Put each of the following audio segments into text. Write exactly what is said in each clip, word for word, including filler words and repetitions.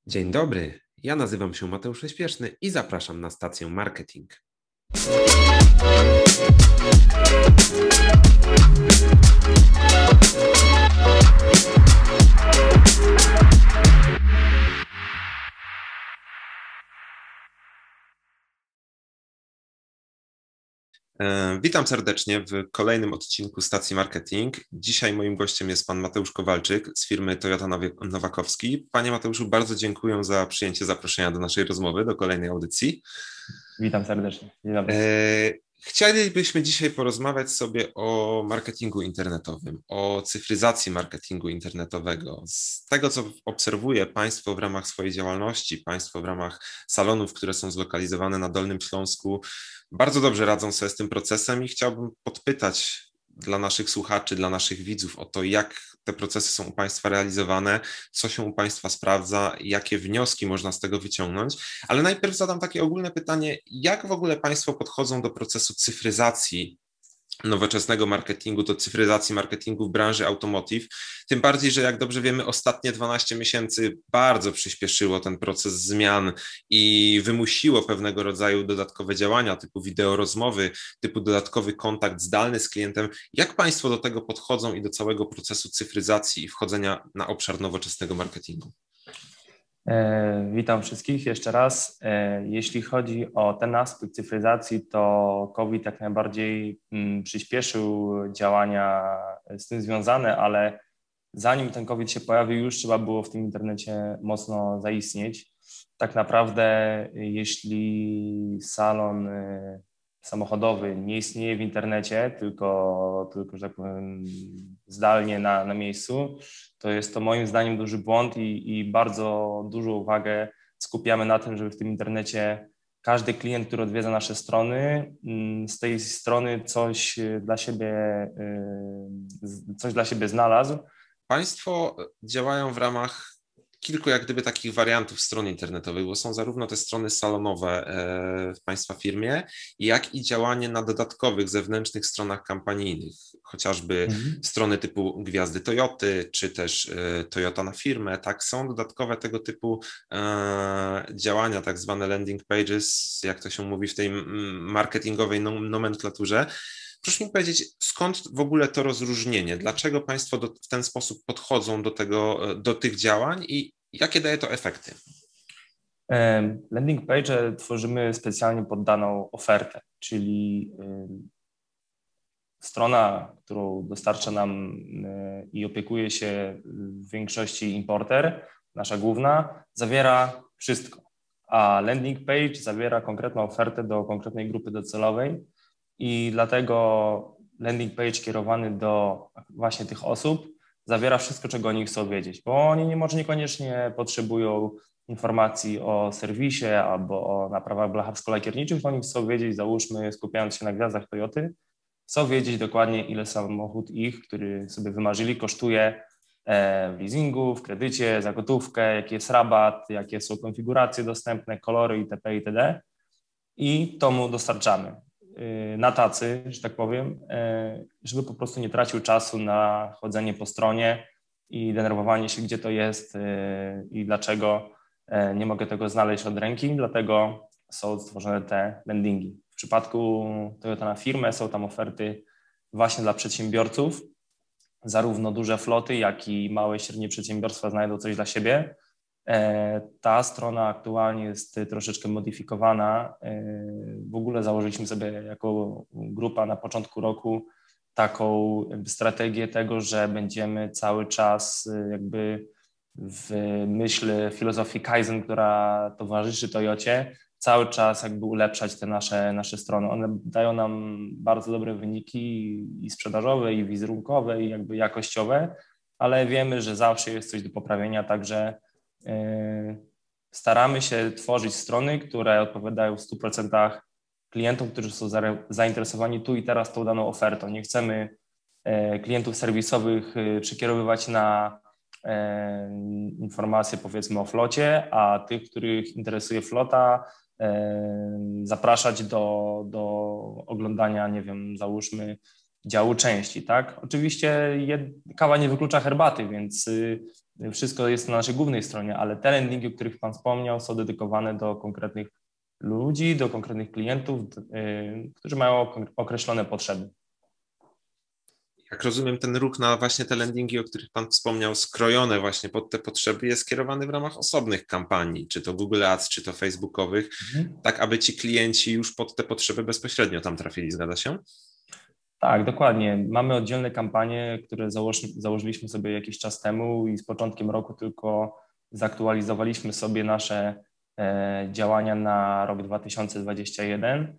Dzień dobry, ja nazywam się Mateusz Śpieszny i zapraszam na stację Marketing. Witam serdecznie w kolejnym odcinku stacji Marketing. Dzisiaj moim gościem jest pan Mateusz Kowalczyk z firmy Toyota Nowakowski. Panie Mateuszu, bardzo dziękuję za przyjęcie zaproszenia do naszej rozmowy, do kolejnej audycji. Witam serdecznie. Dzień dobry. Chcielibyśmy dzisiaj porozmawiać sobie o marketingu internetowym, o cyfryzacji marketingu internetowego. Z tego, co obserwuję Państwo w ramach swojej działalności, Państwo w ramach salonów, które są zlokalizowane na Dolnym Śląsku, bardzo dobrze radzą sobie z tym procesem i chciałbym podpytać dla naszych słuchaczy, dla naszych widzów o to, jak te procesy są u Państwa realizowane, co się u Państwa sprawdza, jakie wnioski można z tego wyciągnąć. Ale najpierw zadam takie ogólne pytanie, jak w ogóle Państwo podchodzą do procesu cyfryzacji nowoczesnego marketingu, do cyfryzacji marketingu w branży automotive, tym bardziej, że jak dobrze wiemy, ostatnie dwanaście miesięcy bardzo przyspieszyło ten proces zmian i wymusiło pewnego rodzaju dodatkowe działania typu wideorozmowy, typu dodatkowy kontakt zdalny z klientem. Jak Państwo do tego podchodzą i do całego procesu cyfryzacji i wchodzenia na obszar nowoczesnego marketingu? Witam wszystkich jeszcze raz. Jeśli chodzi o ten aspekt cyfryzacji, to COVID jak najbardziej przyspieszył działania z tym związane, ale zanim ten COVID się pojawił, już trzeba było w tym internecie mocno zaistnieć. Tak naprawdę, jeśli salon samochodowy nie istnieje w internecie, tylko, tylko że tak powiem, zdalnie na, na miejscu, to jest to moim zdaniem duży błąd i, i bardzo dużą uwagę skupiamy na tym, żeby w tym internecie każdy klient, który odwiedza nasze strony, z tej strony coś dla siebie, coś dla siebie znalazł. Państwo działają w ramach kilku jak gdyby takich wariantów stron internetowych, bo są zarówno te strony salonowe w Państwa firmie, jak i działanie na dodatkowych zewnętrznych stronach kampanijnych, chociażby mhm. strony typu Gwiazdy Toyoty, czy też Toyota na firmę, tak, są dodatkowe tego typu działania, tak zwane landing pages, jak to się mówi w tej marketingowej nomenklaturze. Proszę mi powiedzieć, skąd w ogóle to rozróżnienie? Dlaczego Państwo do, w ten sposób podchodzą do, tego, do tych działań i jakie daje to efekty? Landing page tworzymy specjalnie pod daną ofertę, czyli strona, którą dostarcza nam i opiekuje się w większości importer, nasza główna, zawiera wszystko, a landing page zawiera konkretną ofertę do konkretnej grupy docelowej. I dlatego landing page kierowany do właśnie tych osób zawiera wszystko, czego oni chcą wiedzieć, bo oni nie, może niekoniecznie potrzebują informacji o serwisie albo o naprawach blacharsko-lakierniczych, oni chcą wiedzieć, załóżmy, skupiając się na gwiazdach Toyoty, chcą wiedzieć dokładnie, ile samochód ich, który sobie wymarzyli, kosztuje w leasingu, w kredycie, za gotówkę, jaki jest rabat, jakie są konfiguracje dostępne, kolory itp. itd. I to mu dostarczamy na tacy, że tak powiem, żeby po prostu nie tracił czasu na chodzenie po stronie i denerwowanie się, gdzie to jest i dlaczego nie mogę tego znaleźć od ręki, dlatego są stworzone te landingi. W przypadku Toyota na firmę są tam oferty właśnie dla przedsiębiorców, zarówno duże floty, jak i małe i średnie przedsiębiorstwa znajdą coś dla siebie. Ta strona aktualnie jest troszeczkę modyfikowana. W ogóle założyliśmy sobie jako grupa na początku roku taką jakby strategię tego, że będziemy cały czas jakby w myśl filozofii Kaizen, która towarzyszy Toyocie, cały czas jakby ulepszać te nasze, nasze strony. One dają nam bardzo dobre wyniki i sprzedażowe, i wizerunkowe, i jakby jakościowe, ale wiemy, że zawsze jest coś do poprawienia, także staramy się tworzyć strony, które odpowiadają w stu procentach klientom, którzy są zainteresowani tu i teraz tą daną ofertą. Nie chcemy klientów serwisowych przekierowywać na informacje, powiedzmy, o flocie, a tych, których interesuje flota, zapraszać do, do oglądania, nie wiem, załóżmy działu części, tak? Oczywiście jed, kawa nie wyklucza herbaty, więc wszystko jest na naszej głównej stronie, ale te landingi, o których Pan wspomniał, są dedykowane do konkretnych ludzi, do konkretnych klientów, którzy mają określone potrzeby. Jak rozumiem, ten ruch na właśnie te landingi, o których Pan wspomniał, skrojone właśnie pod te potrzeby, jest kierowany w ramach osobnych kampanii, czy to Google Ads, czy to facebookowych, mhm. tak aby ci klienci już pod te potrzeby bezpośrednio tam trafili, zgadza się? Tak, dokładnie. Mamy oddzielne kampanie, które założy, założyliśmy sobie jakiś czas temu i z początkiem roku tylko zaktualizowaliśmy sobie nasze e, działania na rok dwa tysiące dwudziesty pierwszy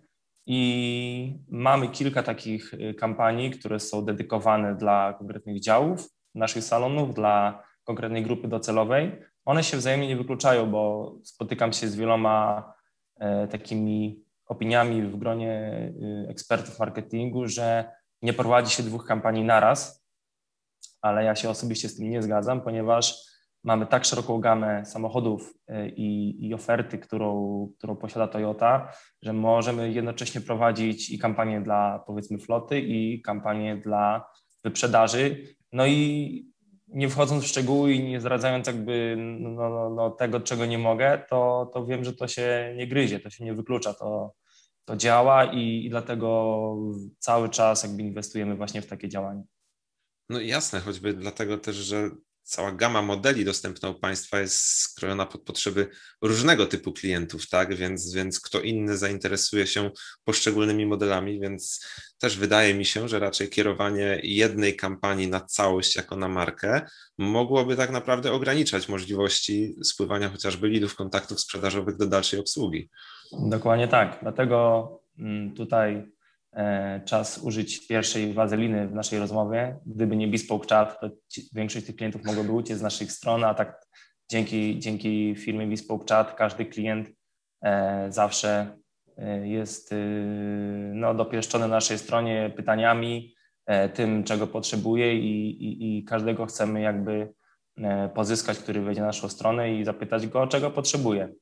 i mamy kilka takich kampanii, które są dedykowane dla konkretnych działów naszych salonów, dla konkretnej grupy docelowej. One się wzajemnie nie wykluczają, bo spotykam się z wieloma e, takimi opiniami w gronie ekspertów marketingu, że nie prowadzi się dwóch kampanii naraz, ale ja się osobiście z tym nie zgadzam, ponieważ mamy tak szeroką gamę samochodów i, i oferty, którą, którą posiada Toyota, że możemy jednocześnie prowadzić i kampanię dla, powiedzmy, floty i kampanię dla wyprzedaży. No i nie wchodząc w szczegóły i nie zdradzając jakby no, no, no, tego, czego nie mogę, to, to wiem, że to się nie gryzie, to się nie wyklucza, to, to działa i, i dlatego cały czas jakby inwestujemy właśnie w takie działania. No jasne, choćby dlatego też, że cała gama modeli dostępna u Państwa jest skrojona pod potrzeby różnego typu klientów, tak? Więc, więc kto inny zainteresuje się poszczególnymi modelami, więc też wydaje mi się, że raczej kierowanie jednej kampanii na całość jako na markę mogłoby tak naprawdę ograniczać możliwości spływania chociażby leadów, kontaktów sprzedażowych do dalszej obsługi. Dokładnie tak, dlatego tutaj czas użyć pierwszej wazeliny w naszej rozmowie. Gdyby nie Bespoke Chat, to większość tych klientów mogłoby uciec z naszych stron, a tak dzięki, dzięki firmie Bespoke Chat każdy klient zawsze jest no, dopieszczony na naszej stronie pytaniami, tym, czego potrzebuje i, i, i każdego chcemy jakby pozyskać, który wejdzie na naszą stronę i zapytać go, czego potrzebuje.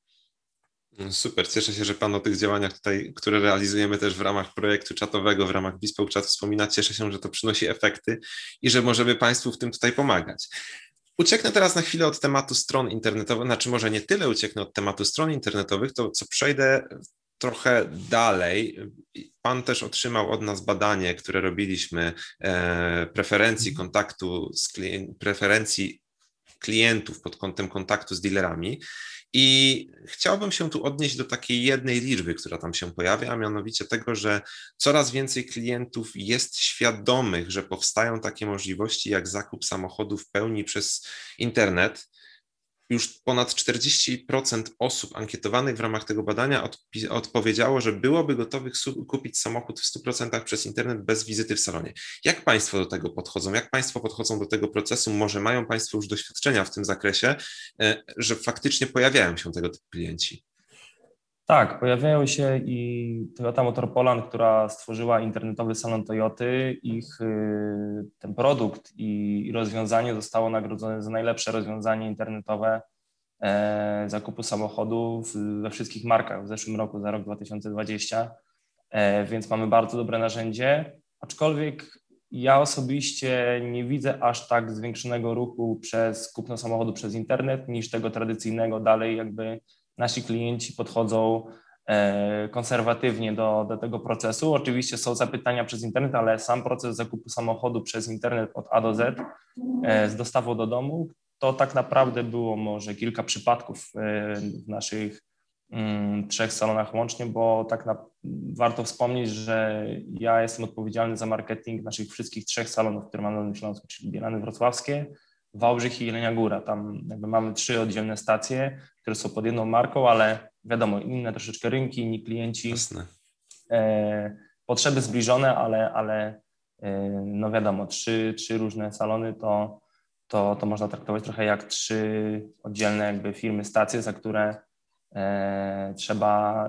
Super, cieszę się, że Pan o tych działaniach tutaj, które realizujemy też w ramach projektu czatowego, w ramach Bespoke Chat wspomina. Cieszę się, że to przynosi efekty i że możemy Państwu w tym tutaj pomagać. Ucieknę teraz na chwilę od tematu stron internetowych, znaczy może nie tyle ucieknę od tematu stron internetowych, to co przejdę trochę dalej. Pan też otrzymał od nas badanie, które robiliśmy, e, preferencji kontaktu z klien- preferencji klientów pod kątem kontaktu z dealerami. I chciałbym się tu odnieść do takiej jednej liczby, która tam się pojawia, a mianowicie tego, że coraz więcej klientów jest świadomych, że powstają takie możliwości jak zakup samochodu w pełni przez internet. Już ponad czterdzieści procent osób ankietowanych w ramach tego badania odpi- odpowiedziało, że byłoby gotowych su- kupić samochód w stu procentach przez internet bez wizyty w salonie. Jak Państwo do tego podchodzą? Jak Państwo podchodzą do tego procesu? Może mają Państwo już doświadczenia w tym zakresie, że faktycznie pojawiają się tego typu klienci? Tak, pojawiają się i Toyota Motor Poland, która stworzyła internetowy salon Toyoty, ich ten produkt i rozwiązanie zostało nagrodzone za najlepsze rozwiązanie internetowe zakupu samochodów we wszystkich markach w zeszłym roku, za rok dwa tysiące dwudziesty, więc mamy bardzo dobre narzędzie, aczkolwiek ja osobiście nie widzę aż tak zwiększonego ruchu przez kupno samochodu przez internet niż tego tradycyjnego. Dalej jakby nasi klienci podchodzą konserwatywnie do, do tego procesu. Oczywiście są zapytania przez internet, ale sam proces zakupu samochodu przez internet od A do Z z dostawą do domu, to tak naprawdę było może kilka przypadków w naszych mm, trzech salonach łącznie, bo tak na, warto wspomnieć, że ja jestem odpowiedzialny za marketing naszych wszystkich trzech salonów, które mamy na Dolnym Śląsku, czyli Bielany Wrocławskie, Wałbrzych i Jelenia Góra. Tam jakby mamy trzy oddzielne stacje, które są pod jedną marką, ale wiadomo, inne troszeczkę rynki, inni klienci. Jasne. E, potrzeby zbliżone, ale, ale e, no wiadomo, trzy, trzy różne salony to, to, to można traktować trochę jak trzy oddzielne jakby firmy, stacje, za które e, trzeba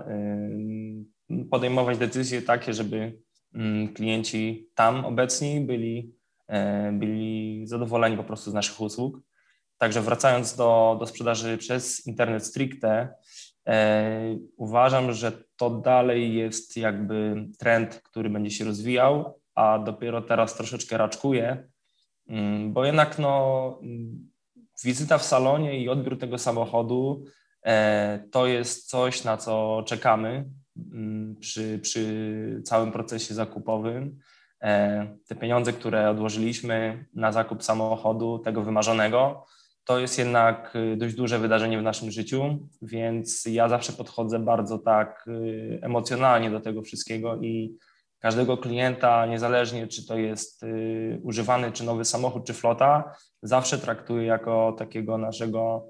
e, podejmować decyzje takie, żeby m, klienci tam obecni byli byli zadowoleni po prostu z naszych usług. Także wracając do, do sprzedaży przez internet stricte, e, uważam, że to dalej jest jakby trend, który będzie się rozwijał, a dopiero teraz troszeczkę raczkuje, bo jednak no, wizyta w salonie i odbiór tego samochodu to jest coś, na co czekamy przy, przy całym procesie zakupowym. Te pieniądze, które odłożyliśmy na zakup samochodu, tego wymarzonego, to jest jednak dość duże wydarzenie w naszym życiu, więc ja zawsze podchodzę bardzo tak emocjonalnie do tego wszystkiego i każdego klienta, niezależnie czy to jest używany, czy nowy samochód, czy flota, zawsze traktuję jako takiego naszego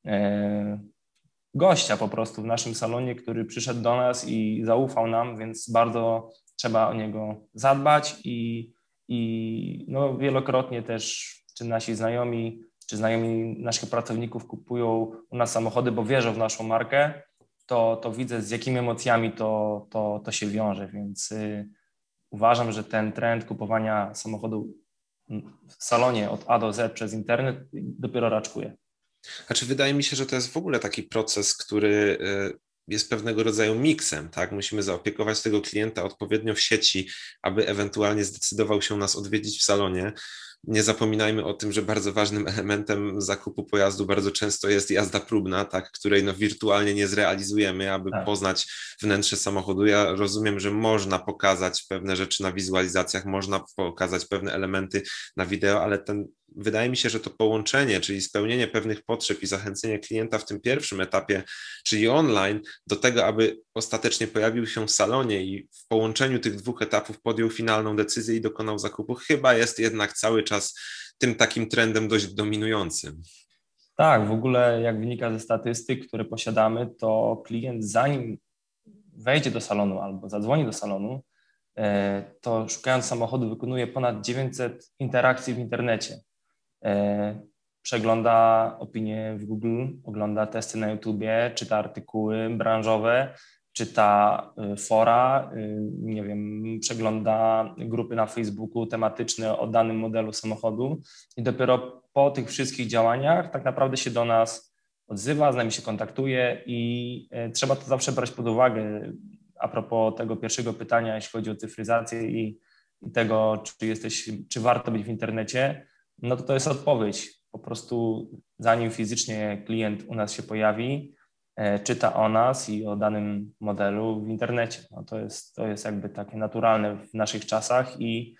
gościa po prostu w naszym salonie, który przyszedł do nas i zaufał nam, więc bardzo trzeba o niego zadbać i, i no wielokrotnie też czy nasi znajomi, czy znajomi naszych pracowników kupują u nas samochody, bo wierzą w naszą markę, to, to widzę, z jakimi emocjami to, to, to się wiąże, więc y, uważam, że ten trend kupowania samochodu w salonie od A do Z przez internet dopiero raczkuje. Znaczy, wydaje mi się, że to jest w ogóle taki proces, który jest pewnego rodzaju miksem, tak? Musimy zaopiekować tego klienta odpowiednio w sieci, aby ewentualnie zdecydował się nas odwiedzić w salonie. Nie zapominajmy o tym, że bardzo ważnym elementem zakupu pojazdu bardzo często jest jazda próbna, tak, której no wirtualnie nie zrealizujemy, aby tak. poznać wnętrze samochodu. Ja rozumiem, że można pokazać pewne rzeczy na wizualizacjach, można pokazać pewne elementy na wideo, ale ten wydaje mi się, że to połączenie, czyli spełnienie pewnych potrzeb i zachęcenie klienta w tym pierwszym etapie, czyli online, do tego, aby ostatecznie pojawił się w salonie i w połączeniu tych dwóch etapów podjął finalną decyzję i dokonał zakupu, chyba jest jednak cały czas tym takim trendem dość dominującym. Tak, w ogóle jak wynika ze statystyk, które posiadamy, to klient zanim wejdzie do salonu albo zadzwoni do salonu, to szukając samochodu wykonuje ponad dziewięćset interakcji w internecie. Przegląda opinie w Google, ogląda testy na YouTubie, czyta artykuły branżowe, czyta fora, nie wiem, przegląda grupy na Facebooku tematyczne o danym modelu samochodu i dopiero po tych wszystkich działaniach tak naprawdę się do nas odzywa, z nami się kontaktuje i trzeba to zawsze brać pod uwagę. A propos tego pierwszego pytania, jeśli chodzi o cyfryzację i, i tego, czy jesteś, czy warto być w internecie, no to to jest odpowiedź. Po prostu zanim fizycznie klient u nas się pojawi, e, czyta o nas i o danym modelu w internecie. No to jest, to jest jakby takie naturalne w naszych czasach i,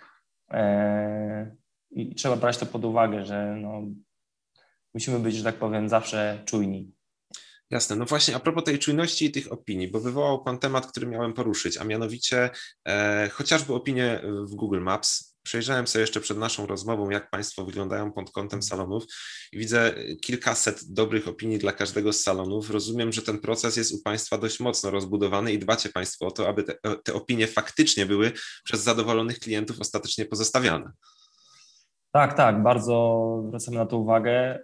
e, i trzeba brać to pod uwagę, że no, musimy być, że tak powiem, zawsze czujni. Jasne, no właśnie a propos tej czujności i tych opinii, bo wywołał Pan temat, który miałem poruszyć, a mianowicie e, chociażby opinie w Google Maps. Przejrzałem sobie jeszcze przed naszą rozmową, jak Państwo wyglądają pod kątem salonów i widzę kilkaset dobrych opinii dla każdego z salonów. Rozumiem, że ten proces jest u Państwa dość mocno rozbudowany i dbacie Państwo o to, aby te, te opinie faktycznie były przez zadowolonych klientów ostatecznie pozostawiane. Tak, tak, bardzo zwracamy na to uwagę,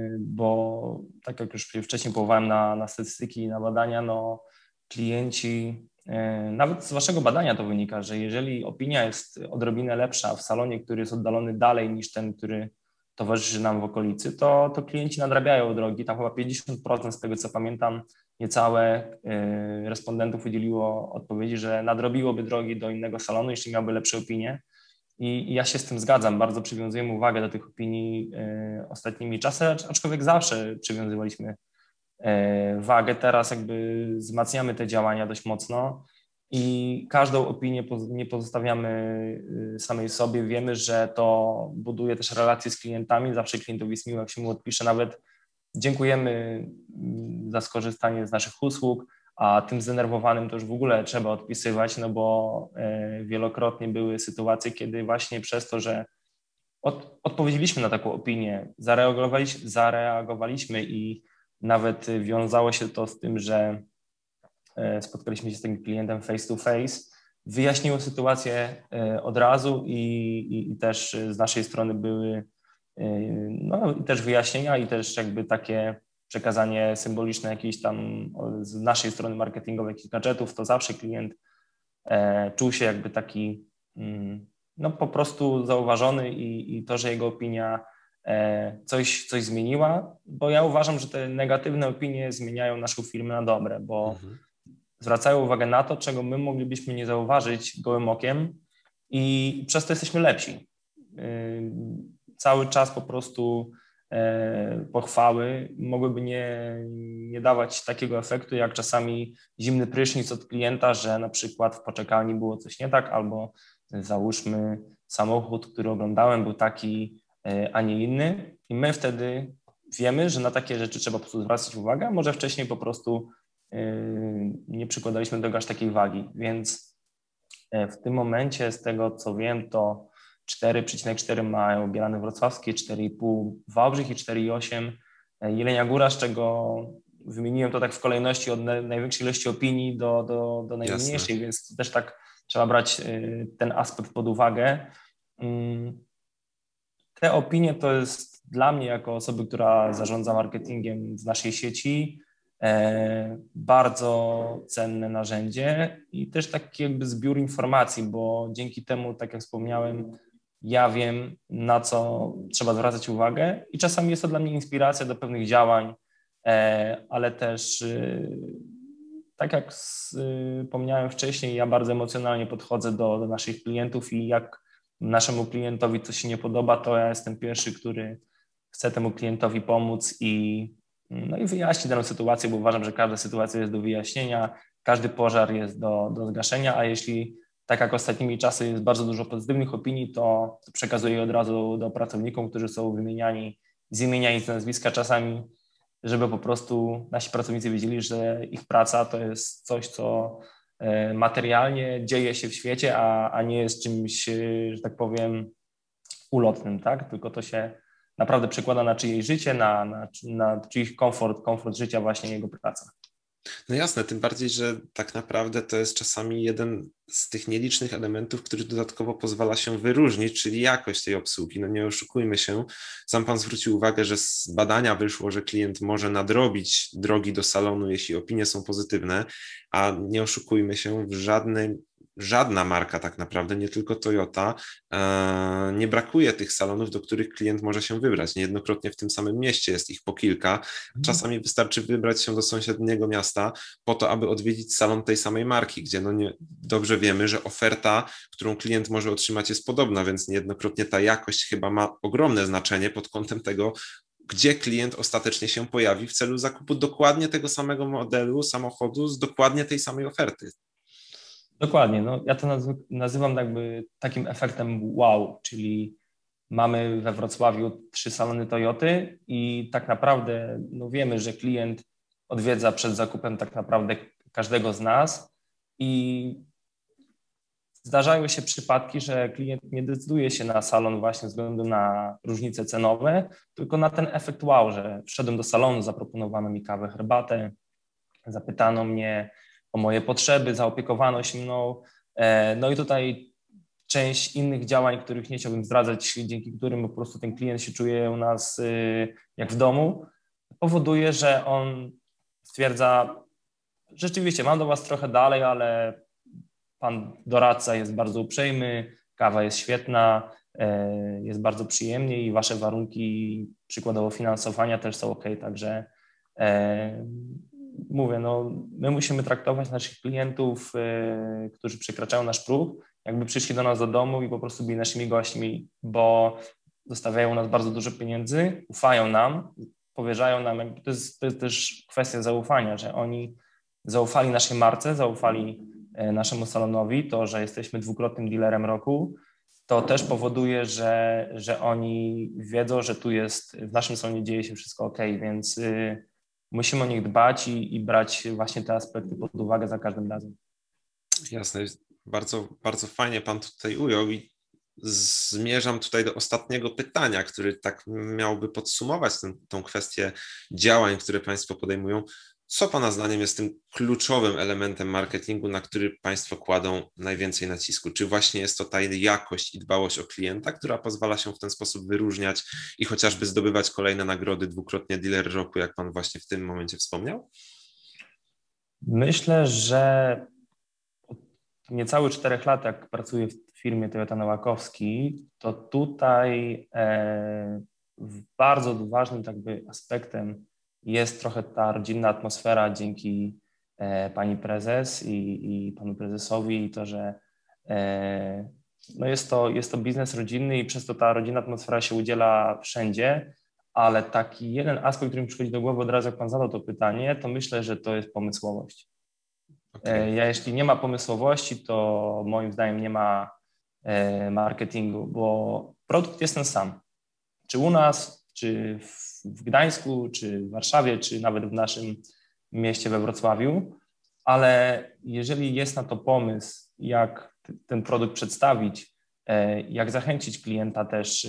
bo tak jak już wcześniej powołałem na, na statystyki i na badania, no klienci, nawet z waszego badania to wynika, że jeżeli opinia jest odrobinę lepsza w salonie, który jest oddalony dalej niż ten, który towarzyszy nam w okolicy, to, to klienci nadrabiają drogi. Tam chyba pięćdziesiąt procent z tego, co pamiętam, niecałe respondentów udzieliło odpowiedzi, że nadrobiłoby drogi do innego salonu, jeśli miałby lepsze opinie. I ja się z tym zgadzam, bardzo przywiązujemy uwagę do tych opinii y, ostatnimi czasy, aczkolwiek zawsze przywiązywaliśmy y, wagę. Teraz jakby wzmacniamy te działania dość mocno i każdą opinię poz, nie pozostawiamy y, samej sobie. Wiemy, że to buduje też relacje z klientami. Zawsze klientowi jest miło, jak się mu odpisze. Nawet dziękujemy za skorzystanie z naszych usług, a tym zdenerwowanym to już w ogóle trzeba odpisywać, no bo wielokrotnie były sytuacje, kiedy właśnie przez to, że od, odpowiedzieliśmy na taką opinię, zareagowaliśmy, zareagowaliśmy i nawet wiązało się to z tym, że spotkaliśmy się z tym klientem face to face, wyjaśniło sytuację od razu i, i, i też z naszej strony były no, i też wyjaśnienia i też jakby takie przekazanie symboliczne jakiejś tam z naszej strony marketingowej jakichś gadżetów, to zawsze klient e, czuł się jakby taki mm, no po prostu zauważony i, i to, że jego opinia e, coś, coś zmieniła, bo ja uważam, że te negatywne opinie zmieniają naszą firmę na dobre, bo mhm. zwracają uwagę na to, czego my moglibyśmy nie zauważyć gołym okiem i przez to jesteśmy lepsi. Yy, cały czas po prostu pochwały mogłyby nie, nie dawać takiego efektu, jak czasami zimny prysznic od klienta, że na przykład w poczekalni było coś nie tak, albo załóżmy samochód, który oglądałem, był taki, a nie inny i my wtedy wiemy, że na takie rzeczy trzeba po prostu zwracać uwagę, może wcześniej po prostu nie przykładaliśmy do tego aż takiej wagi, więc w tym momencie z tego co wiem, to cztery przecinek cztery mają Bielany Wrocławskie, cztery i pół Wałbrzych i cztery i osiem Jelenia Góra, z czego wymieniłem to tak w kolejności od największej ilości opinii do, do, do najmniejszej, Jasne. Więc też tak trzeba brać ten aspekt pod uwagę. Te opinie to jest dla mnie jako osoby, która zarządza marketingiem w naszej sieci, bardzo cenne narzędzie i też taki jakby zbiór informacji, bo dzięki temu, tak jak wspomniałem, ja wiem, na co trzeba zwracać uwagę i czasami jest to dla mnie inspiracja do pewnych działań, ale też tak jak wspomniałem wcześniej, ja bardzo emocjonalnie podchodzę do, do naszych klientów i jak naszemu klientowi coś się nie podoba, to ja jestem pierwszy, który chce temu klientowi pomóc i, no i wyjaśnić daną sytuację, bo uważam, że każda sytuacja jest do wyjaśnienia, każdy pożar jest do, do zgaszenia, a jeśli tak jak ostatnimi czasy jest bardzo dużo pozytywnych opinii, to przekazuję je od razu do pracowników, którzy są wymieniani z imienia i z nazwiska czasami, żeby po prostu nasi pracownicy wiedzieli, że ich praca to jest coś, co materialnie dzieje się w świecie, a, a nie jest czymś, że tak powiem, ulotnym, tak? Tylko to się naprawdę przekłada na czyjeś życie, na, na, na czyjś komfort, komfort życia, właśnie jego praca. No jasne, tym bardziej, że tak naprawdę to jest czasami jeden z tych nielicznych elementów, który dodatkowo pozwala się wyróżnić, czyli jakość tej obsługi. No nie oszukujmy się, sam pan zwrócił uwagę, że z badania wyszło, że klient może nadrobić drogi do salonu, jeśli opinie są pozytywne, a nie oszukujmy się, w żadnej Żadna marka tak naprawdę, nie tylko Toyota, nie brakuje tych salonów, do których klient może się wybrać. Niejednokrotnie w tym samym mieście jest ich po kilka. Czasami wystarczy wybrać się do sąsiedniego miasta po to, aby odwiedzić salon tej samej marki, gdzie no nie, dobrze wiemy, że oferta, którą klient może otrzymać, jest podobna, więc niejednokrotnie ta jakość chyba ma ogromne znaczenie pod kątem tego, gdzie klient ostatecznie się pojawi w celu zakupu dokładnie tego samego modelu samochodu z dokładnie tej samej oferty. Dokładnie, no ja to nazywam jakby takim efektem wow, czyli mamy we Wrocławiu trzy salony Toyoty i tak naprawdę no wiemy, że klient odwiedza przed zakupem tak naprawdę każdego z nas i zdarzają się przypadki, że klient nie decyduje się na salon właśnie ze względu na różnice cenowe, tylko na ten efekt wow, że wszedłem do salonu, zaproponowano mi kawę, herbatę, zapytano mnie o moje potrzeby, zaopiekowano się mną. No i tutaj część innych działań, których nie chciałbym zdradzać, dzięki którym po prostu ten klient się czuje u nas jak w domu, powoduje, że on stwierdza, rzeczywiście mam do was trochę dalej, ale pan doradca jest bardzo uprzejmy, kawa jest świetna, jest bardzo przyjemnie i wasze warunki przykładowo finansowania też są ok, także mówię, no my musimy traktować naszych klientów, yy, którzy przekraczają nasz próg, jakby przyszli do nas do domu i po prostu byli naszymi gośćmi, bo zostawiają u nas bardzo dużo pieniędzy, ufają nam, powierzają nam, to jest, to jest też kwestia zaufania, że oni zaufali naszej marce, zaufali naszemu salonowi, to, że jesteśmy dwukrotnym dealerem roku, to też powoduje, że, że oni wiedzą, że tu jest, w naszym salonie dzieje się wszystko ok, więc yy, musimy o nich dbać i, i brać właśnie te aspekty pod uwagę za każdym razem. Jasne, bardzo, bardzo fajnie pan tutaj ujął i zmierzam tutaj do ostatniego pytania, który tak miałby podsumować tę, tą kwestię działań, które państwo podejmują. Co pana zdaniem jest tym kluczowym elementem marketingu, na który państwo kładą najwięcej nacisku? Czy właśnie jest to ta jakość i dbałość o klienta, która pozwala się w ten sposób wyróżniać i chociażby zdobywać kolejne nagrody, dwukrotnie dealer roku, jak pan właśnie w tym momencie wspomniał? Myślę, że od niecałych czterech lat, jak pracuję w firmie Toyota Nowakowski, to tutaj e, bardzo ważnym jakby aspektem jest trochę ta rodzinna atmosfera dzięki e, pani prezes i, i panu prezesowi i to, że e, no jest to, jest to biznes rodzinny i przez to ta rodzinna atmosfera się udziela wszędzie, ale taki jeden aspekt, który mi przychodzi do głowy od razu, jak Pan zadał to pytanie, to myślę, że to jest pomysłowość. Okay. Ja jeśli nie ma pomysłowości, to moim zdaniem nie ma marketingu, bo produkt jest ten sam. Czy u nas, czy w Gdańsku, czy w Warszawie, czy nawet w naszym mieście we Wrocławiu, ale jeżeli jest na to pomysł, jak ten produkt przedstawić, jak zachęcić klienta też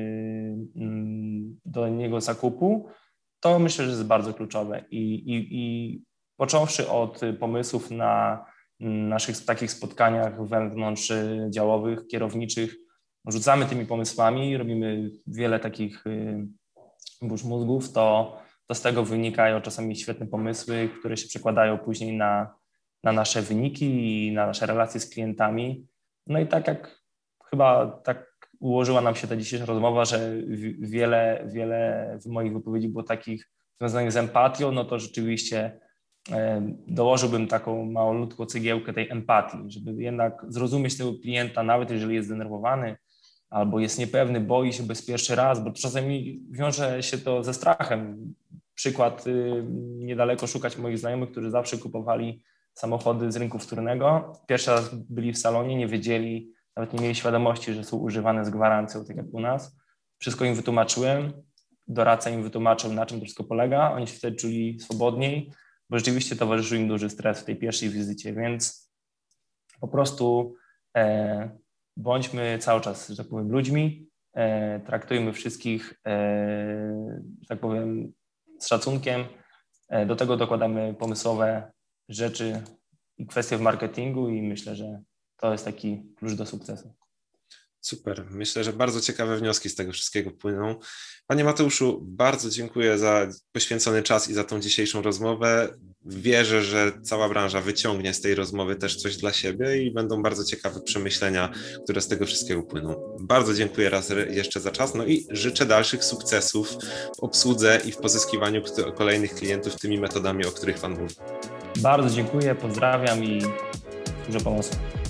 do niego zakupu, to myślę, że jest bardzo kluczowe i, i, i począwszy od pomysłów na naszych takich spotkaniach wewnątrz działowych, kierowniczych, rzucamy tymi pomysłami, robimy wiele takich burz mózgów, to, to z tego wynikają czasami świetne pomysły, które się przekładają później na, na nasze wyniki i na nasze relacje z klientami. No i tak jak chyba tak ułożyła nam się ta dzisiejsza rozmowa, że wiele, wiele w moich wypowiedzi było takich związanych z empatią, no to rzeczywiście dołożyłbym taką małolutką cegiełkę tej empatii, żeby jednak zrozumieć tego klienta, nawet jeżeli jest zdenerwowany albo jest niepewny, boi się bez pierwszy raz, bo czasami wiąże się to ze strachem. Przykład, niedaleko szukać moich znajomych, którzy zawsze kupowali samochody z rynku wtórnego. Pierwszy raz byli w salonie, nie wiedzieli, nawet nie mieli świadomości, że są używane z gwarancją, tak jak u nas. Wszystko im wytłumaczyłem, doradca im wytłumaczył, na czym to wszystko polega. Oni się wtedy czuli swobodniej, bo rzeczywiście towarzyszył im duży stres w tej pierwszej wizycie, więc po prostu e, bądźmy cały czas, że tak powiem, ludźmi, e, traktujmy wszystkich, e, że tak powiem, z szacunkiem, e, do tego dokładamy pomysłowe rzeczy i kwestie w marketingu i myślę, że to jest taki klucz do sukcesu. Super. Myślę, że bardzo ciekawe wnioski z tego wszystkiego płyną. Panie Mateuszu, bardzo dziękuję za poświęcony czas i za tą dzisiejszą rozmowę. Wierzę, że cała branża wyciągnie z tej rozmowy też coś dla siebie i będą bardzo ciekawe przemyślenia, które z tego wszystkiego płyną. Bardzo dziękuję raz jeszcze za czas, no i życzę dalszych sukcesów w obsłudze i w pozyskiwaniu kolejnych klientów tymi metodami, o których Pan mówi. Bardzo dziękuję, pozdrawiam i dużo pomocy.